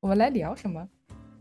们来聊什么？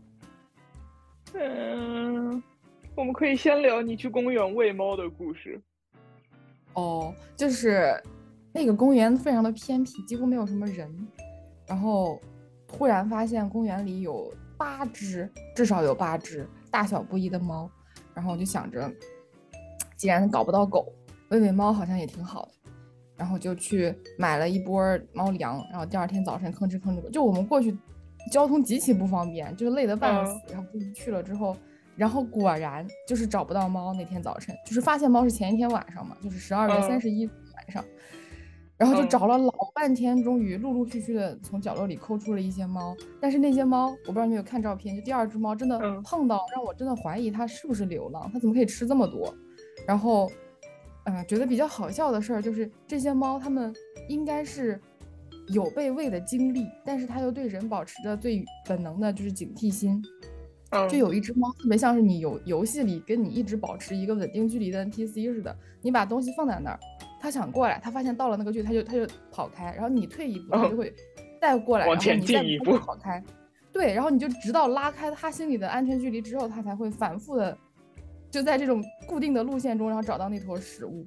嗯，我们可以先聊你去公园喂猫的故事。 哦，就是那个公园非常的偏僻，几乎没有什么人。然后突然发现公园里有8只，至少有8只大小不一的猫。然后我就想着，既然搞不到狗，喂喂猫好像也挺好的。然后就去买了一波猫粮，然后第二天早晨吭哧吭哧，就我们过去交通极其不方便，就是累得半死。然后去了之后，然后果然就是找不到猫。那天早晨就是发现猫是前一天晚上嘛，就是12月31晚上，然后就找了老半天，终于陆陆续续的从角落里抠出了一些猫。但是那些猫，我不知道你有看照片，就第二只猫真的胖到让我真的怀疑它是不是流浪，它怎么可以吃这么多？然后觉得比较好笑的事儿就是这些猫它们应该是有被喂的经历，但是它又对人保持着最本能的就是警惕心。就有一只猫特别像是你游戏里跟你一直保持一个稳定距离的 NPC 似的，你把东西放在那儿，它想过来，它发现到了那个距离，它就跑开，然后你退一步，它就会再过来， 往前然后你再进一步跑开。对，然后你就直到拉开它心里的安全距离之后，它才会反复的就在这种固定的路线中，然后找到那坨食物。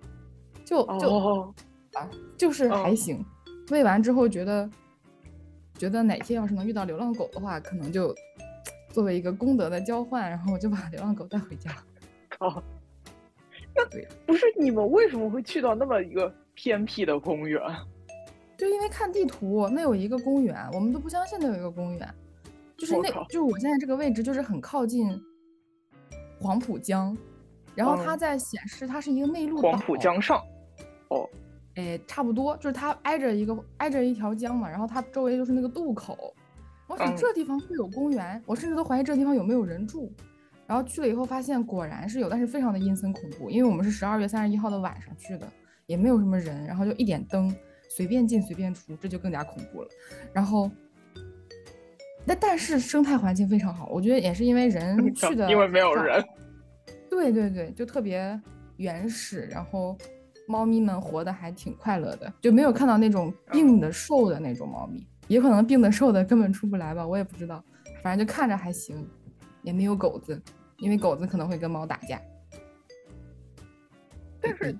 就是还行。喂完之后觉得哪天要是能遇到流浪狗的话，可能就作为一个功德的交换，然后我就把流浪狗带回家。 那对， 不是你们为什么会去到那么一个偏僻的公园？ 就因为看地图，那有一个公园，我们都不相信那有一个公园，就是我现在这个位置就是很靠近黄浦江，然后它在显示它是一个内陆岛。 黄浦江上。 差不多，就是它挨着一条江嘛，然后它周围就是那个渡口。我想这地方会有公园，我甚至都怀疑这地方有没有人住。然后去了以后发现果然是有，但是非常的阴森恐怖，因为我们是12月31号的晚上去的，也没有什么人，然后就一点灯，随便进随便出，这就更加恐怖了。然后但是生态环境非常好，我觉得也是因为人去的因为没有人。 对对对，就特别原始，然后猫咪们活得还挺快乐的，就没有看到那种病的瘦的那种猫咪。也可能病的瘦的根本出不来吧，我也不知道，反正就看着还行。也没有狗子，因为狗子可能会跟猫打架。 但是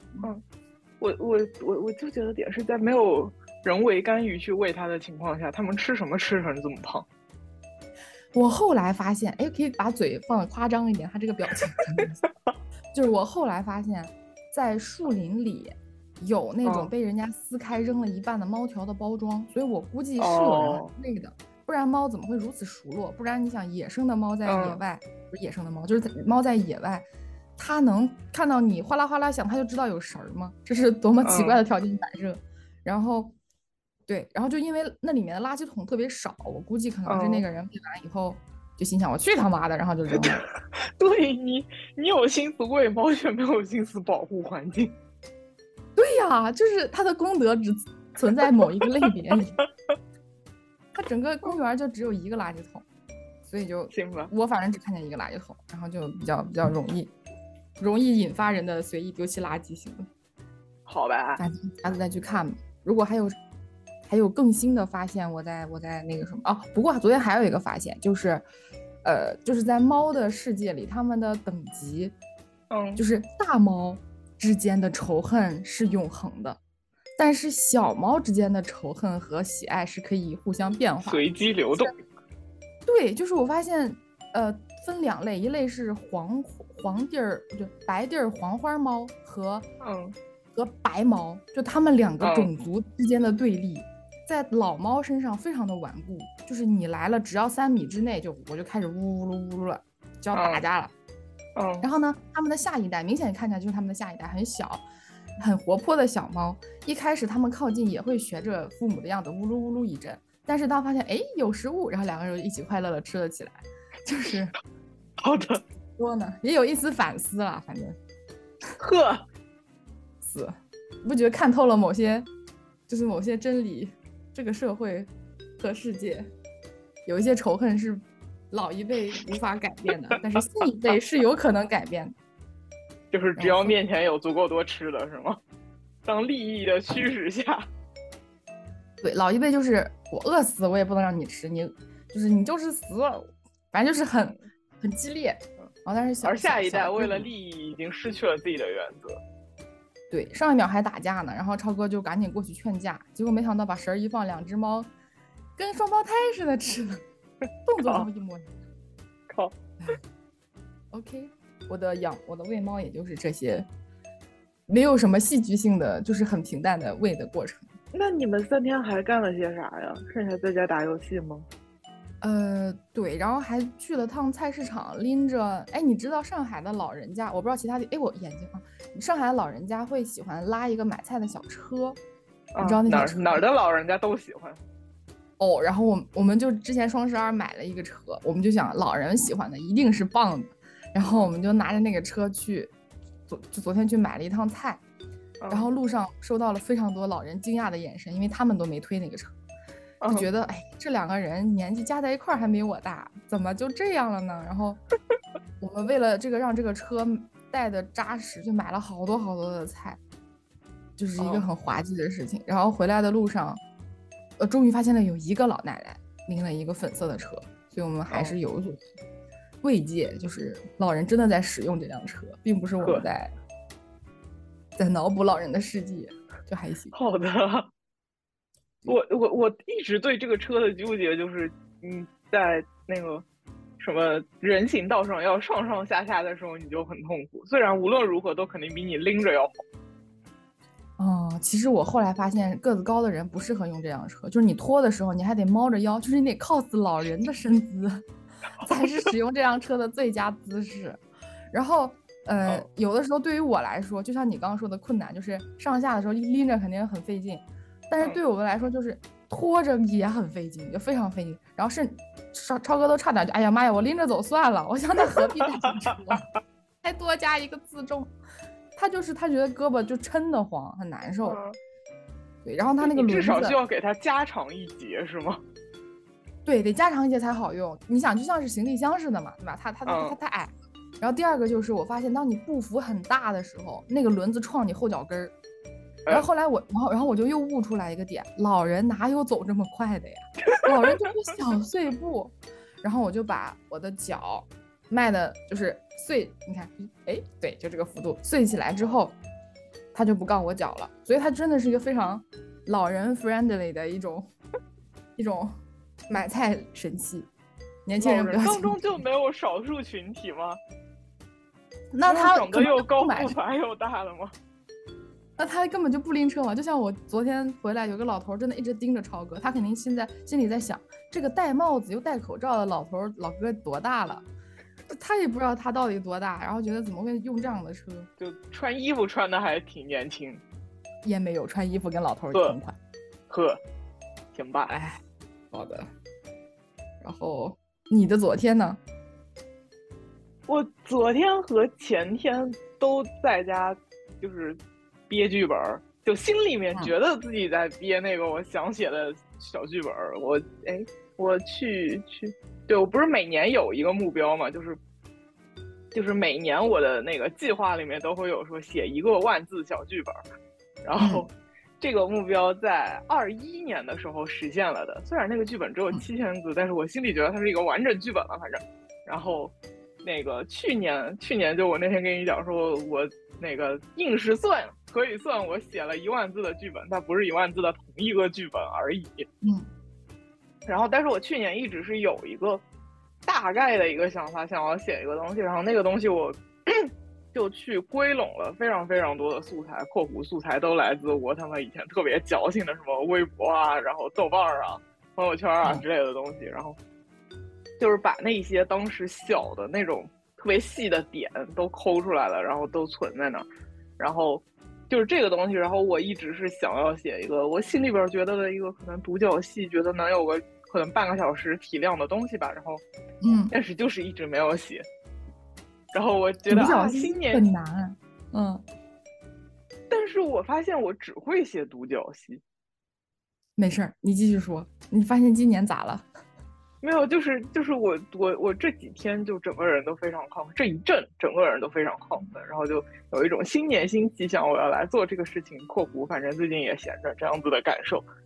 我就觉得点是在没有人为干预去喂它的情况下，它们吃什么吃成这么胖？ 我后来发现，哎，可以把嘴放得夸张一点，它这个表情就是我后来发现，在树林里有那种被人家撕开扔了一半的猫条的包装，所以我估计是有人喂的，不然猫怎么会如此熟络？不然你想，野生的猫在野外，不是野生的猫，就是猫在野外，它能看到你哗啦哗啦响，它就知道有食儿吗？这是多么奇怪的条件反射。然后对，然后就因为那里面的垃圾桶特别少，我估计可能是那个人喂完以后就心想我去他妈的，然后就扔了。 对，你有心思喂猫，却没有心思保护环境。 对呀，就是它的功德只存在某一个类别里，它整个公园就只有一个垃圾桶，所以就行吧， 我反正只看见一个垃圾桶，然后就比较容易引发人的随意丢弃垃圾行为。 好吧， 下次再去看吧。如果还有更新的发现，我在那个什么哦。不过昨天还有一个发现，就是就是在猫的世界里，它们的等级，就是大猫之间的仇恨是永恒的，但是小猫之间的仇恨和喜爱是可以互相变化、 随机流动。 对，就是我发现，分2类，一类是白地儿黄花猫和白猫，就它们2个种族之间的对立，在老猫身上非常的顽固，就是你来了，只要3米之内，我就开始呜噜了，就要打架了。然后呢，他们的下一代明显看起来就是他们的下一代，很小、很活泼的小猫。一开始他们靠近也会学着父母的样子呜噜呜噜一阵，但是当发现哎有食物，然后2个人一起快乐的吃了起来，就是好的说呢，也有一丝反思了，反正不觉得看透了某些真理，这个社会和世界有一些仇恨是老一辈无法改变的，但是新一辈是有可能改变的。 就是只要面前有足够多吃的，是吗？当利益的驱使下， 对，老一辈就是我饿死我也不能让你吃，你就是你就是死，反正就是很激烈。然后但是而下一代为了利利益已经失去了自己的原则。 对，上一秒还打架呢，然后超哥就赶紧过去劝架，结果没想到把绳一放，两只猫跟双胞胎似的吃了，动作都一模一样。 靠。 OK， 我的喂猫也就是这些，没有什么戏剧性的，就是很平淡的喂的过程。 那你们3天还干了些啥呀？剩下在家打游戏吗？ 对，然后还去了趟菜市场，拎着，哎，你知道上海的老人家，我不知道其他地，哎，我眼睛啊，上海的老人家会喜欢拉一个买菜的小车，你知道那小车哪儿的老人家都喜欢。 哦，然后我们就之前双12买了一个车，我们就想老人喜欢的一定是棒的，然后我们就拿着那个车去，昨天去买了一趟菜，然后路上收到了非常多老人惊讶的眼神，因为他们都没推那个车。就觉得哎，这2个人年纪加在一块儿还没我大，怎么就这样了呢？然后我们为了这个让这个车带的扎实，就买了好多好多的菜，就是一个很滑稽的事情。然后回来的路上，终于发现了有一个老奶奶拎了一个粉色的车，所以我们还是有所慰藉，就是老人真的在使用这辆车，并不是我们在脑补老人的世界，就还行。 好的。我一直对这个车的纠结就是，在那个什么人行道上要上上下下的时候，你就很痛苦。虽然无论如何都肯定比你拎着要好。 其实我后来发现，个子高的人不适合用这辆车，就是你拖的时候，你还得猫着腰，就是你得靠死老人的身姿，才是使用这辆车的最佳姿势。然后，有的时候对于我来说，就像你刚刚说的困难，就是上下的时候拎着肯定很费劲。但是对我们来说，就是拖着也很费劲，就非常费劲。然后超哥都差点就，哎呀妈呀，我拎着走算了。我想那何必带上车，还多加一个自重。他觉得胳膊就抻得慌，很难受。对，然后他那个轮子至少需要给他加长一节是吗？ 对，得加长一节才好用。你想，就像是行李箱似的嘛，对吧？它太矮。然后第二个就是我发现，当你步幅很大的时候，那个轮子撞你后脚跟儿。然后后来然后我就又悟出来一个点，老人哪有走这么快的呀？老人就是小碎步。然后我就把我的脚迈的就是碎，你看，哎，对，就这个幅度碎起来之后，他就不告我脚了。所以它真的是一个非常老人 friendly 的一种买菜神器。年轻人不要当中就没有少数群体吗？ 那他长得又高富帅又大的吗？ 那他根本就不拎车嘛。就像我昨天回来，有个老头真的一直盯着超哥，他肯定现在心里在想，这个戴帽子又戴口罩的老哥多大了？他也不知道他到底多大，然后觉得怎么会用这样的车？ 就穿衣服穿的还挺年轻， 也没有穿衣服跟老头同款。 挺棒。 哎，好的。然后你的昨天呢？ 我昨天和前天都在家，就是憋剧本，就心里面觉得自己在憋那个我想写的小剧本。我去，对，我不是每年有一个目标嘛，就是每年我的那个计划里面都会有说写1个万字小剧本，然后这个目标在21年的时候实现了的。虽然那个剧本只有7000字，但是我心里觉得它是一个完整剧本了，反正。然后那个去年就我那天跟你讲说，我那个硬是可以算我写了1万字的剧本，它不是1万字的同一个剧本而已。然后但是我去年一直是有一个大概的一个想法，想要写一个东西，然后那个东西我就去归拢了非常非常多的素材，括弧素材都来自我他妈以前特别矫情的什么微博啊，然后豆瓣啊、朋友圈啊之类的东西，然后就是把那些当时小的那种特别细的点都抠出来了，然后都存在那儿。然后就是这个东西，然后我一直是想要写一个我心里边觉得的一个可能独角戏，觉得能有个可能半个小时体量的东西吧，然后但是就是一直没有写。然后我觉得新年很难， 但是我发现我只会写独角戏。 没事儿，你继续说。你发现今年咋了？ 没有，就是我这几天就整个人都非常亢奋，这一阵整个人都非常亢奋，然后就有一种新年新气象，我要来做这个事情（括弧反正最近也闲着）这样子的感受。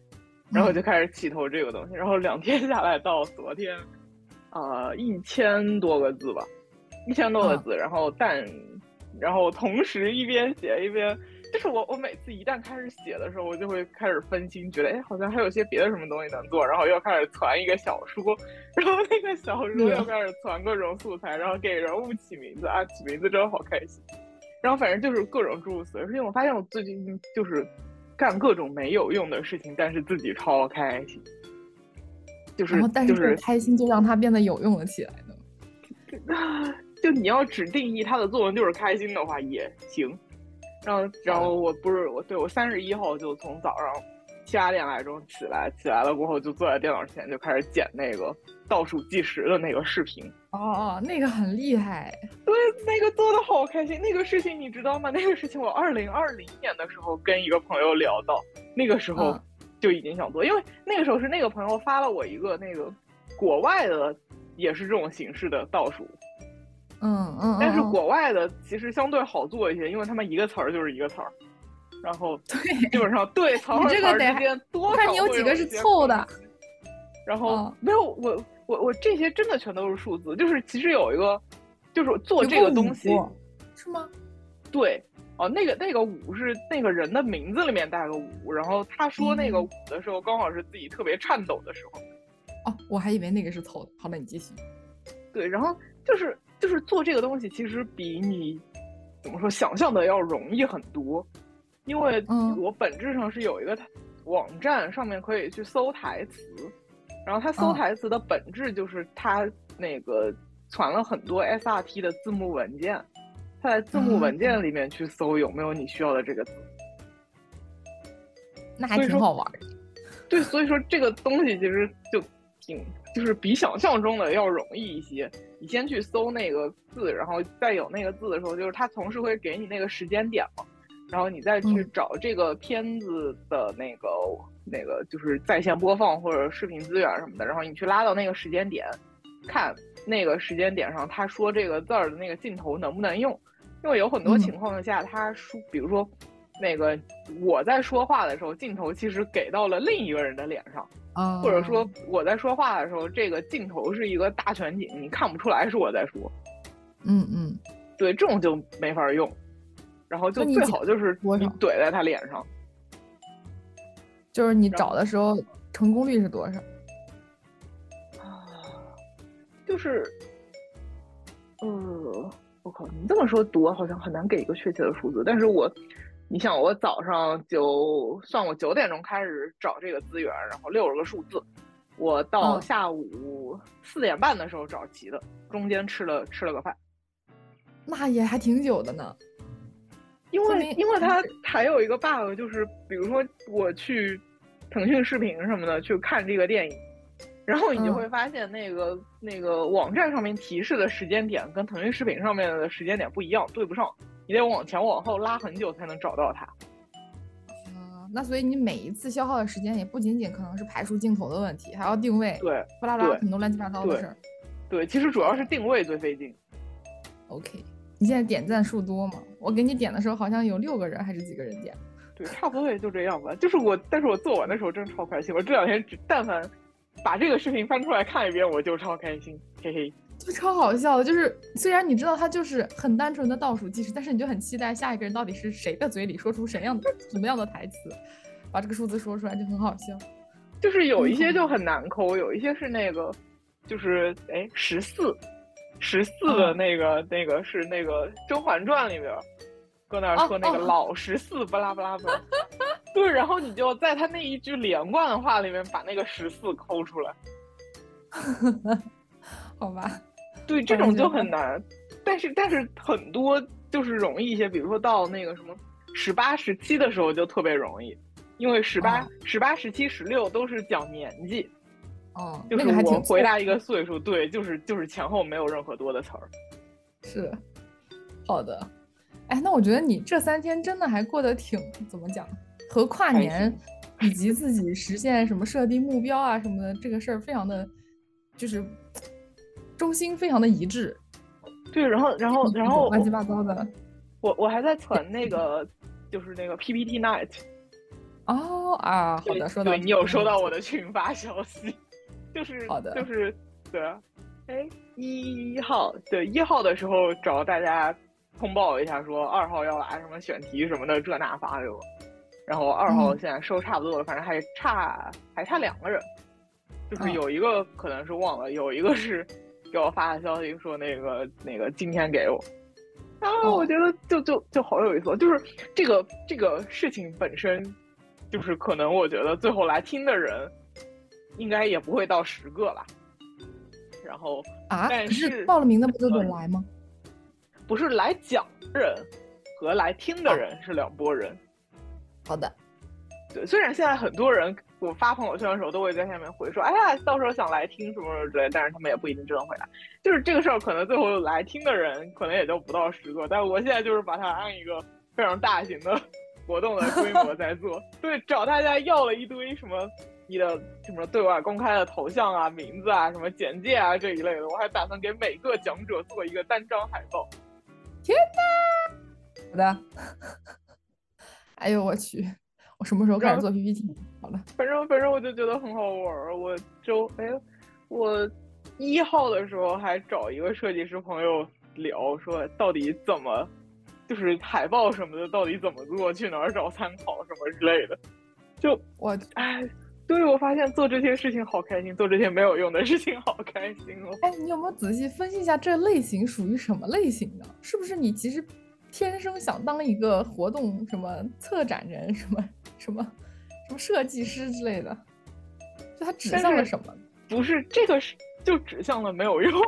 然后就开始起头这个东西，然后2天下来到昨天，1000多个字吧，1000多个字，然后同时一边写一边，就是我每次一旦开始写的时候，我就会开始分心，觉得哎好像还有些别的什么东西能做，然后又开始传一个小说，然后那个小说又开始传各种素材，然后给人物起名字啊，起名字真好开心。然后反正就是各种诸如此类，因为我发现我最近就是干各种没有用的事情，但是自己超开心。 然后但是这个开心就让它变得有用了起来呢。 就你要只定义它的作用就是开心的话也行。然后我31号就从早上7、8点来钟起来了过后就坐在电脑前就开始剪那个倒数计时的那个视频。 那个很厉害。 对，那个做的好开心。那个事情你知道吗？那个事情我2020年的时候跟一个朋友聊到，那个时候就已经想做，因为那个时候是那个朋友发了我一个那个国外的也是这种形式的倒数。但是国外的其实相对好做一些，因为他们一个词儿就是一个词儿，然后基本上对词和词之间多少看你有几个是凑的。 然后没有我这些真的全都是数字，就是其实有一个就是做这个东西是吗？ 对那个5是那个人的名字里面带个5，然后他说那个5的时候刚好是自己特别颤抖的时候。 我还以为那个是凑的。好的，你继续。 对，然后就是做这个东西其实比你怎么说想象的要容易很多，因为我本质上是有一个网站上面可以去搜台词，然后它搜台词的本质就是它那个传了很多 SRT 的字幕文件，它在字幕文件里面去搜有没有你需要的这个字。 那还挺好玩的。 对，所以说这个东西其实就是比想象中的要容易一些。你先去搜那个字，然后再有那个字的时候，就是它同时会给你那个时间点嘛，然后你再去找这个片子的那个就是在线播放或者视频资源什么的，然后你去拉到那个时间点，看那个时间点上他说这个字儿的那个镜头能不能用。因为有很多情况下他说比如说那个我在说话的时候镜头其实给到了另一个人的脸上，或者说我在说话的时候这个镜头是一个大全景，你看不出来是我在说。对，这种就没法用，然后就最好就是你怼在他脸上。 就是你找的时候成功率是多少？ 就是我靠，你这么说读好像很难给一个确切的数字，但是你想我早上就算我9点钟开始找这个资源，然后60个数字，我到下午4点半的时候找齐的，中间吃了个饭。 那也还挺久的呢。 因为它还有一个 bug， 就是比如说我去腾讯视频什么的去看这个电影，然后你就会发现那个网站上面提示的时间点跟腾讯视频上面的时间点不一样，对不上，你得往前往后拉很久才能找到它。 那所以你每一次消耗的时间也不仅仅可能是排除镜头的问题，还要定位， 对， 巴拉拉很多乱七八糟的事儿。 对，其实主要是定位最费劲。 OK， 你现在点赞数多吗？我给你点的时候好像有6个人还是几个人点。 对，差不多也就这样吧。但是我做完的时候真的超开心，我这2天但凡把这个视频翻出来看一遍，我就超开心，嘿嘿。 就超好笑的，就是虽然你知道它就是很单纯的倒数计时，但是你就很期待下一个人到底是谁的嘴里说出什么样的台词，把这个数字说出来就很好笑。 就是有一些就很难抠，有一些是那个就是14的那个是那个《甄嬛传》里边搁那说那个老14巴拉巴拉巴拉。对，然后你就在他那一句连贯的话里面把那个14抠出来。 好吧。 对，这种就很难，但是很多就是容易一些，比如说到那个什么18、17的时候就特别容易，因为18、17、16都是讲年纪，就是我回答一个岁数，对，就是前后没有任何多的词儿。 是，好的。那我觉得你这3天真的还过得挺怎么讲，和跨年以及自己实现什么设定目标啊什么的这个事儿非常的，就是中心非常的一致。 对，然后乱七八糟的。 我还在传那个就是那个 PPT Night。 哦啊，好的，说到对你有收到我的群发消息， 好的， 对啊，哎1号对1号的时候找大家通报一下，说2号要来什么选题什么的，这那发给我。然后2号现在收差不多了，反正还差2个人，就是有一个可能是忘了，有一个是给我发的消息说那个今天给我。然后我觉得就好有意思，就是这个事情本身，就是可能我觉得最后来听的人应该也不会到10个吧。然后但是报了名的不就得来吗？ 不是来讲的人和来听的人是2拨人。 好的， 对，虽然现在很多人我发朋友圈的时候都会在下面回说，哎呀，到时候想来听什么之类，但是他们也不一定真的会来。就是这个事儿，可能最后来听的人可能也就不到10个，但我现在就是把它按一个非常大型的活动的规模在做。对，找大家要了一堆什么你的什么对外公开的头像啊、名字啊、什么简介啊这一类的，我还打算给每个讲者做一个单张海报。 天哪！好的。哎呦我去！我什么时候开始做 PPT？ 好了， 反正我就觉得很好玩。我1号的时候还找一个设计师朋友聊，说到底怎么，就是海报什么的到底怎么做，去哪儿找参考什么之类的。对，我发现做这些事情好开心，做这些没有用的事情好开心哦。 哎，你有没有仔细分析一下这类型属于什么类型的？是不是你其实天生想当一个活动什么策展人，什么设计师之类的？就它指向了什么？ 不是这个就指向了没有用，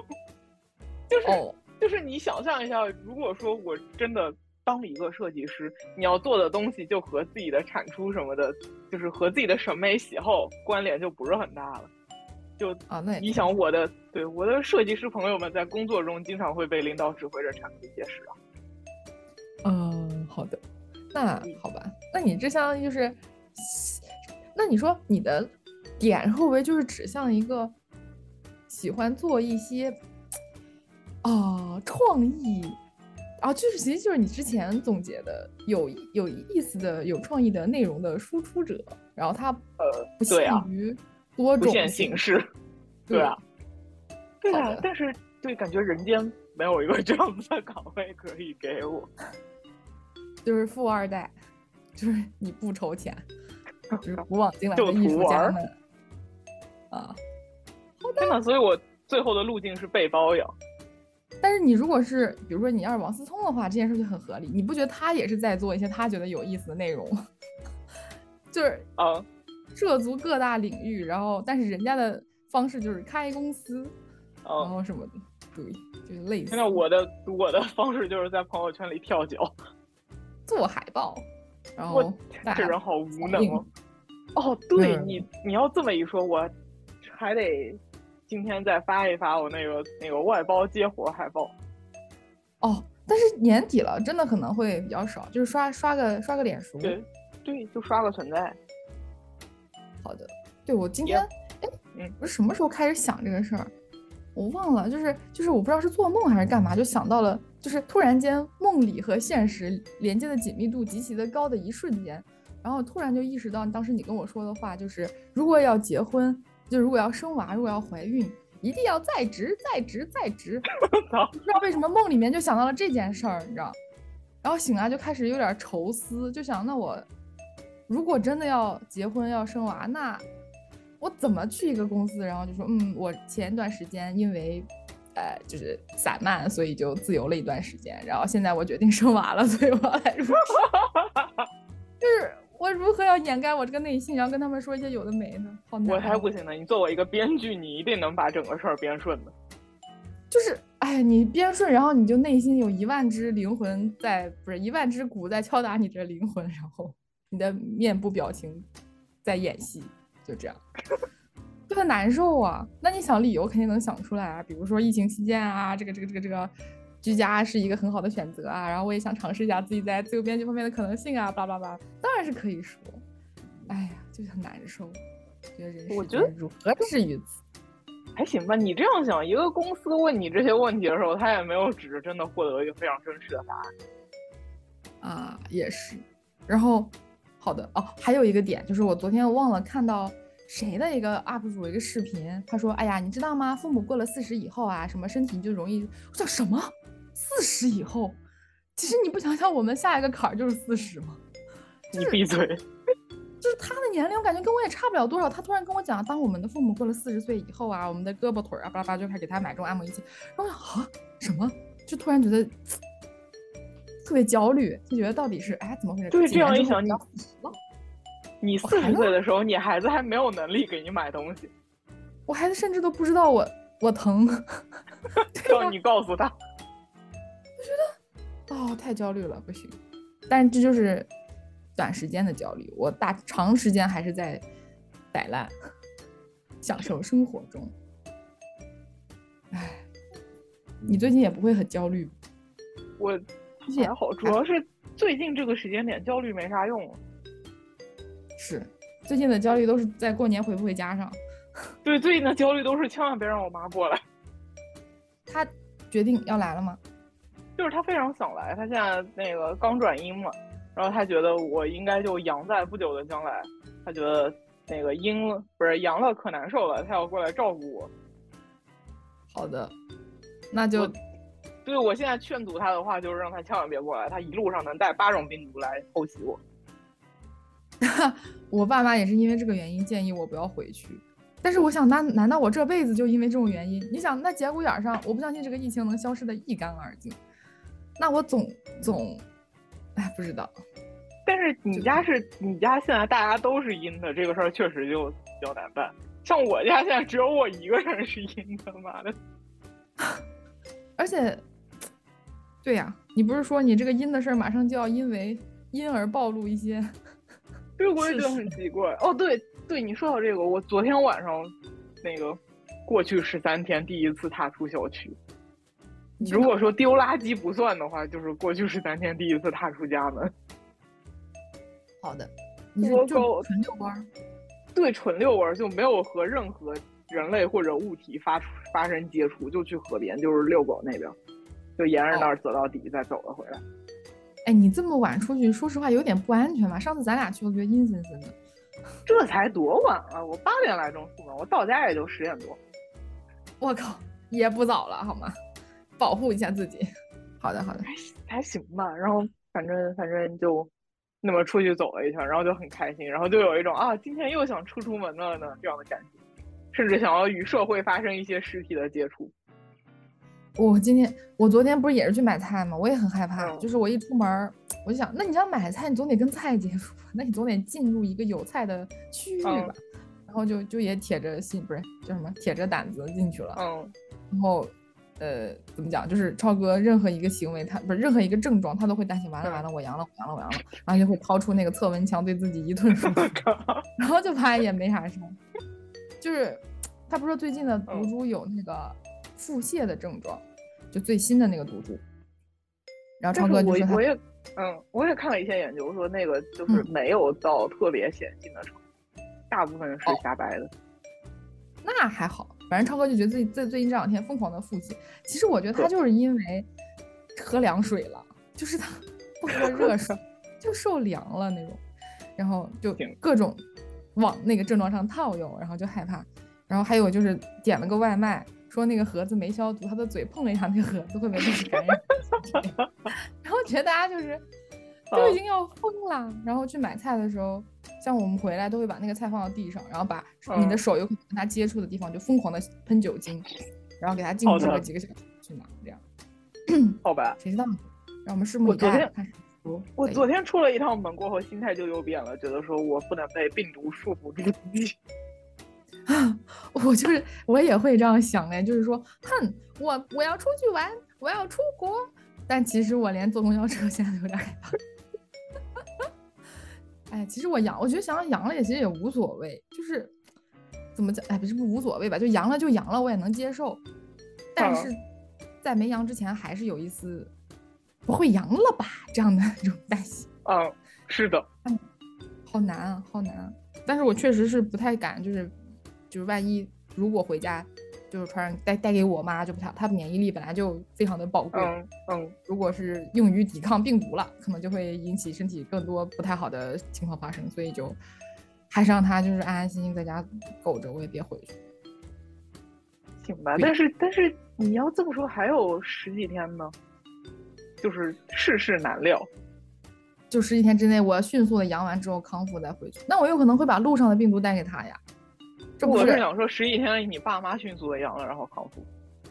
就是你想象一下，如果说我真的当一个设计师，你要做的东西就和自己的产出什么的，就是和自己的审美喜好关联就不是很大了。就那你想我的设计师朋友们在工作中经常会被领导指挥着产出一些事啊。 好的，那好吧，那你这相当于就是，那你说你的点会不会就是指向一个喜欢做一些创意就是其实就是你之前总结的有意思的有创意的内容的输出者，然后他不限于多种不限形式，对啊，但是感觉人间没有一个这样子的岗位可以给我， 就是富二代，就是你不筹钱，就是古往今来的艺术家们真的，所以我最后的路径是被包养。 但是你如果是比如说你要是王思聪的话，这件事就很合理，你不觉得他也是在做一些他觉得有意思的内容，就是涉足各大领域，然后但是人家的方式就是开公司然后什么的，对，就是类似。 那我的方式就是在朋友圈里跳脚做海报，然后这人好无能对，你要这么一说，我还得今天再发一发我那个外包接活海报。 但是年底了，真的可能会比较少，就是刷个脸熟。 对，就刷个存在。 好的，对，我今天我什么时候开始想这个事儿？我忘了，就是我不知道是做梦还是干嘛，就想到了，就是突然间梦里和现实连接的紧密度极其的高的一瞬间，然后突然就意识到当时你跟我说的话，就是如果要结婚，就如果要生娃，如果要怀孕，一定要在职。不知道为什么梦里面就想到了这件事儿，你知道？然后醒来就开始有点愁思，就想那我如果真的要结婚要生娃，那我怎么去一个公司，然后就说我前一段时间因为就是散漫，所以就自由了一段时间，然后现在我决定生娃了，所以我要来入职。就是我如何要掩盖我这个内心，然后跟他们说一些有的没的，好难。 我才不行呢！你作为一个编剧，你一定能把整个事儿编顺的。 就是你编顺，然后你就内心有10000只灵魂不是10000只鼓在敲打你这灵魂，然后你的面部表情在演戏，就这样，就很难受啊。那你想理由肯定能想出来啊，比如说疫情期间啊，这个居家是一个很好的选择啊，然后我也想尝试一下自己在自由编剧方面的可能性啊，巴拉巴拉，当然是可以说。哎呀，就很难受，觉得人世间如何至于此？ 还行吧，你这样想，一个公司问你这些问题的时候，他也没有指着真的获得一个非常真实的答案也是。然后好的哦，还有一个点就是我昨天忘了看到谁的一个 UP 主一个视频，他说：“哎呀，你知道吗？父母过了40以后啊，什么身体就容易……”我想什么？40以后？其实你不想想，我们下一个坎儿就是40吗？ 你闭嘴！ 就是他的年龄，我感觉跟我也差不了多少。他突然跟我讲，当我们的父母过了40岁以后啊，我们的胳膊腿啊，巴拉巴拉就开始给他买这种按摩仪器。然后我想啊，什么？就突然觉得特别焦虑，就觉得到底是哎怎么回事？ 对， 几年之后这样一想，你我 40岁的时候，你孩子还没有能力给你买东西， 我孩子甚至都不知道我疼， 让你告诉他。 我觉得哦太焦虑了，不行。但这就是短时间的焦虑，我长时间还是在摆烂，享受生活中。哎，你最近也不会很焦虑？ 我还好，主要是最近这个时间点焦虑没啥用。 是，最近的焦虑都是在过年回不回家上。 对，最近的焦虑都是千万别让我妈过来。 她决定要来了吗？ 就是她非常想来，她现在那个刚转阴嘛，然后她觉得我应该就阳在不久的将来，她觉得那个阴不是阳了可难受了，她要过来照顾我。 好的，那就对，我现在劝阻她的话就是让她千万别过来，她一路上能带8种病毒来偷袭我。 我爸妈也是因为这个原因建议我不要回去，但是我想，难道我这辈子就因为这种原因？你想，那节骨眼上，我不相信这个疫情能消失的一干二净，那我总，哎，不知道。 但是你家现在大家都是阴的，这个事儿确实就比较难办。像我家现在只有我一个人是阴的，妈的！ 而且，对呀，你不是说你这个阴的事儿马上就要因为因而暴露一些？ 对，我也觉得很奇怪。哦，对，你说到这个，我昨天晚上那个过去13天第一次踏出小区。如果说丢垃圾不算的话，就是过去13天第一次踏出家门。 好的，你是就纯遛弯？ 对，纯遛弯，就没有和任何人类或者物体发生接触，就去河边，就是遛狗那边，就沿着那儿走到底，再走了回来。 哎，你这么晚出去，说实话有点不安全吧？上次咱俩去，我觉得阴森森的。 这才多晚啊！我8点来钟出门，我到家也就10点多。 我靠，也不早了，好吗？保护一下自己。好的， 还行吧。然后反正就那么出去走了一圈，然后就很开心，然后就有一种啊，今天又想出门了呢这样的感觉，甚至想要与社会发生一些实体的接触。 我昨天不是也是去买菜吗？我也很害怕，就是我一出门，我就想，那你想买菜，你总得跟菜接触，那你总得进入一个有菜的区域吧。然后就也铁着心，不是叫什么，铁着胆子进去了。然后怎么讲，就是超哥任何一个行为，他不是任何一个症状，他都会担心完了，我阳了，然后就会掏出那个测温枪对自己一顿输出，然后就发现也没啥事。就是他不是说最近的毒株有那个腹泻的症状，就最新的那个毒株。然后超哥就说我也看了一些研究，说那个就是没有到特别显性的程度，大部分是瞎掰的。 那还好，反正超哥就觉得自己在最近这2天疯狂的腹泻。其实我觉得他就是因为喝凉水了，就是他不喝热水就受凉了那种，然后就各种往那个症状上套用，然后就害怕。然后还有就是点了个外卖，说那个盒子没消毒，他的嘴碰了一下那个盒子，会不会就是感染？然后觉得大家就是都已经要疯了。然后去买菜的时候，像我们回来都会把那个菜放到地上，然后把你的手有可能跟它接触的地方就疯狂的喷酒精，然后给它静置个几个小时去拿，这样。 好吧， 谁知道呢？让我们拭目以待。 我昨天出了一趟门过后，心态就又变了，觉得说我不能被病毒束缚住自己。 我也会这样想的，就是说，我要出去玩，我要出国，但其实我连坐公交车现在都有点害怕。哎，其实我觉得想阳了也其实也无所谓，就是怎么讲，哎，不是无所谓吧，就阳了就阳了，我也能接受。但是在没阳之前，还是有一丝不会阳了吧这样的那种担心。 是的， 好难啊，好难啊。但是我确实是不太敢，就是万一如果回家就是传染带给我妈，就不太，她免疫力本来就非常的宝贵，如果是用于抵抗病毒了，可能就会引起身体更多不太好的情况发生，所以就还是让她就是安安心心在家苟着，我也别回去。 行吧，但是你要这么说，还有10几天呢，就是世事难料。 就11天之内，我要迅速的阳完之后康复再回去，那我有可能会把路上的病毒带给他呀。 我是想说11天你爸妈迅速的阳了，然后康复。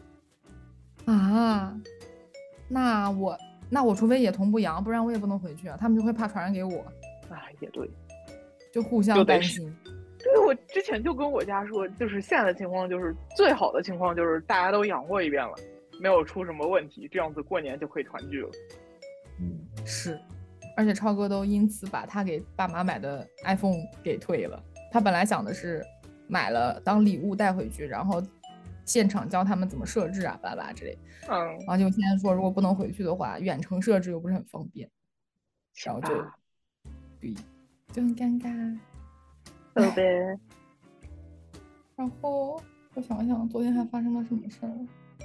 啊，那我除非也同步阳，不然我也不能回去啊，他们就会怕传染给我。 哎，也对， 就互相担心。 对，我之前就跟我家说，就是现在的情况，就是最好的情况就是大家都阳过一遍了，没有出什么问题，这样子过年就可以团聚了。 是，而且超哥都因此把他给爸妈买的 iPhone 给退了。他本来想的是买了当礼物带回去，然后现场教他们怎么设置啊，巴拉巴拉之类。然后就现在说，如果不能回去的话，远程设置又不是很方便，然后就对，就很尴尬。 对呗。 然后我想想，昨天还发生了什么事儿？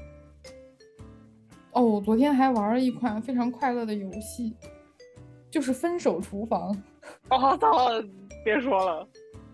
哦，昨天还玩了一款非常快乐的游戏，就是分手厨房。 我操！别说了，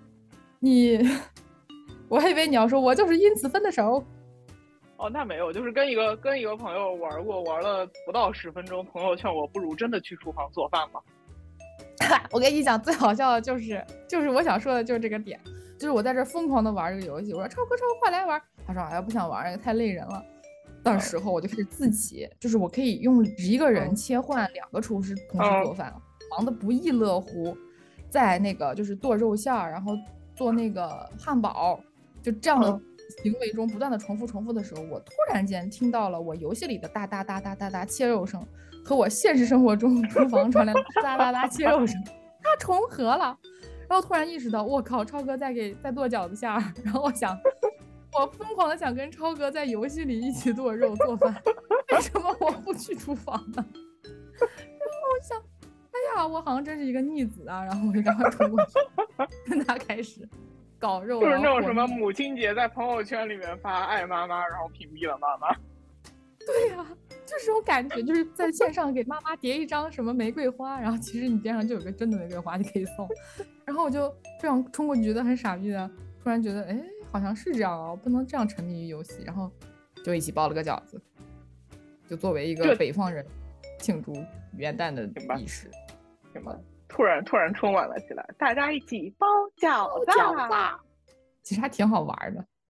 我还以为你要说我就是因此分的手。 哦，那没有，就是跟一个朋友玩过，玩了不到10分钟，朋友劝我不如真的去厨房做饭吧。 我跟你讲，最好笑的就是我想说的就是这个点，就是我在这疯狂的玩这个游戏，我说超哥快来玩，他说哎呀不想玩，太累人了。的时候我就开始自己，就是我可以用一个人切换2个厨师同时做饭，忙得不亦乐乎，在那个就是剁肉馅儿，然后做那个汉堡，就这样的行为中不断的重复的时候，我突然间听到了我游戏里的哒哒哒哒哒哒切肉声和我现实生活中厨房传来的哒哒哒切肉声，它重合了，然后突然意识到，我靠，超哥在剁饺子馅儿，然后我想，我疯狂的想跟超哥在游戏里一起剁肉做饭，为什么我不去厨房呢？然后我想，哎呀，我好像真是一个逆子啊，然后我就赶快冲过去跟他开始搞肉， 就是那种什么母亲节在朋友圈里面发爱妈妈，然后屏蔽了妈妈。 对呀，就是这种感觉，就是在线上给妈妈叠一张什么玫瑰花，然后其实你边上就有个真的玫瑰花，你可以送。然后我就这样冲过去，觉得很傻逼的，突然觉得哎，好像是这样哦，不能这样沉迷于游戏，然后就一起包了个饺子，就作为一个北方人庆祝元旦的仪式。 行吧，突然春晚了起来，大家一起包饺子， 其实还挺好玩的。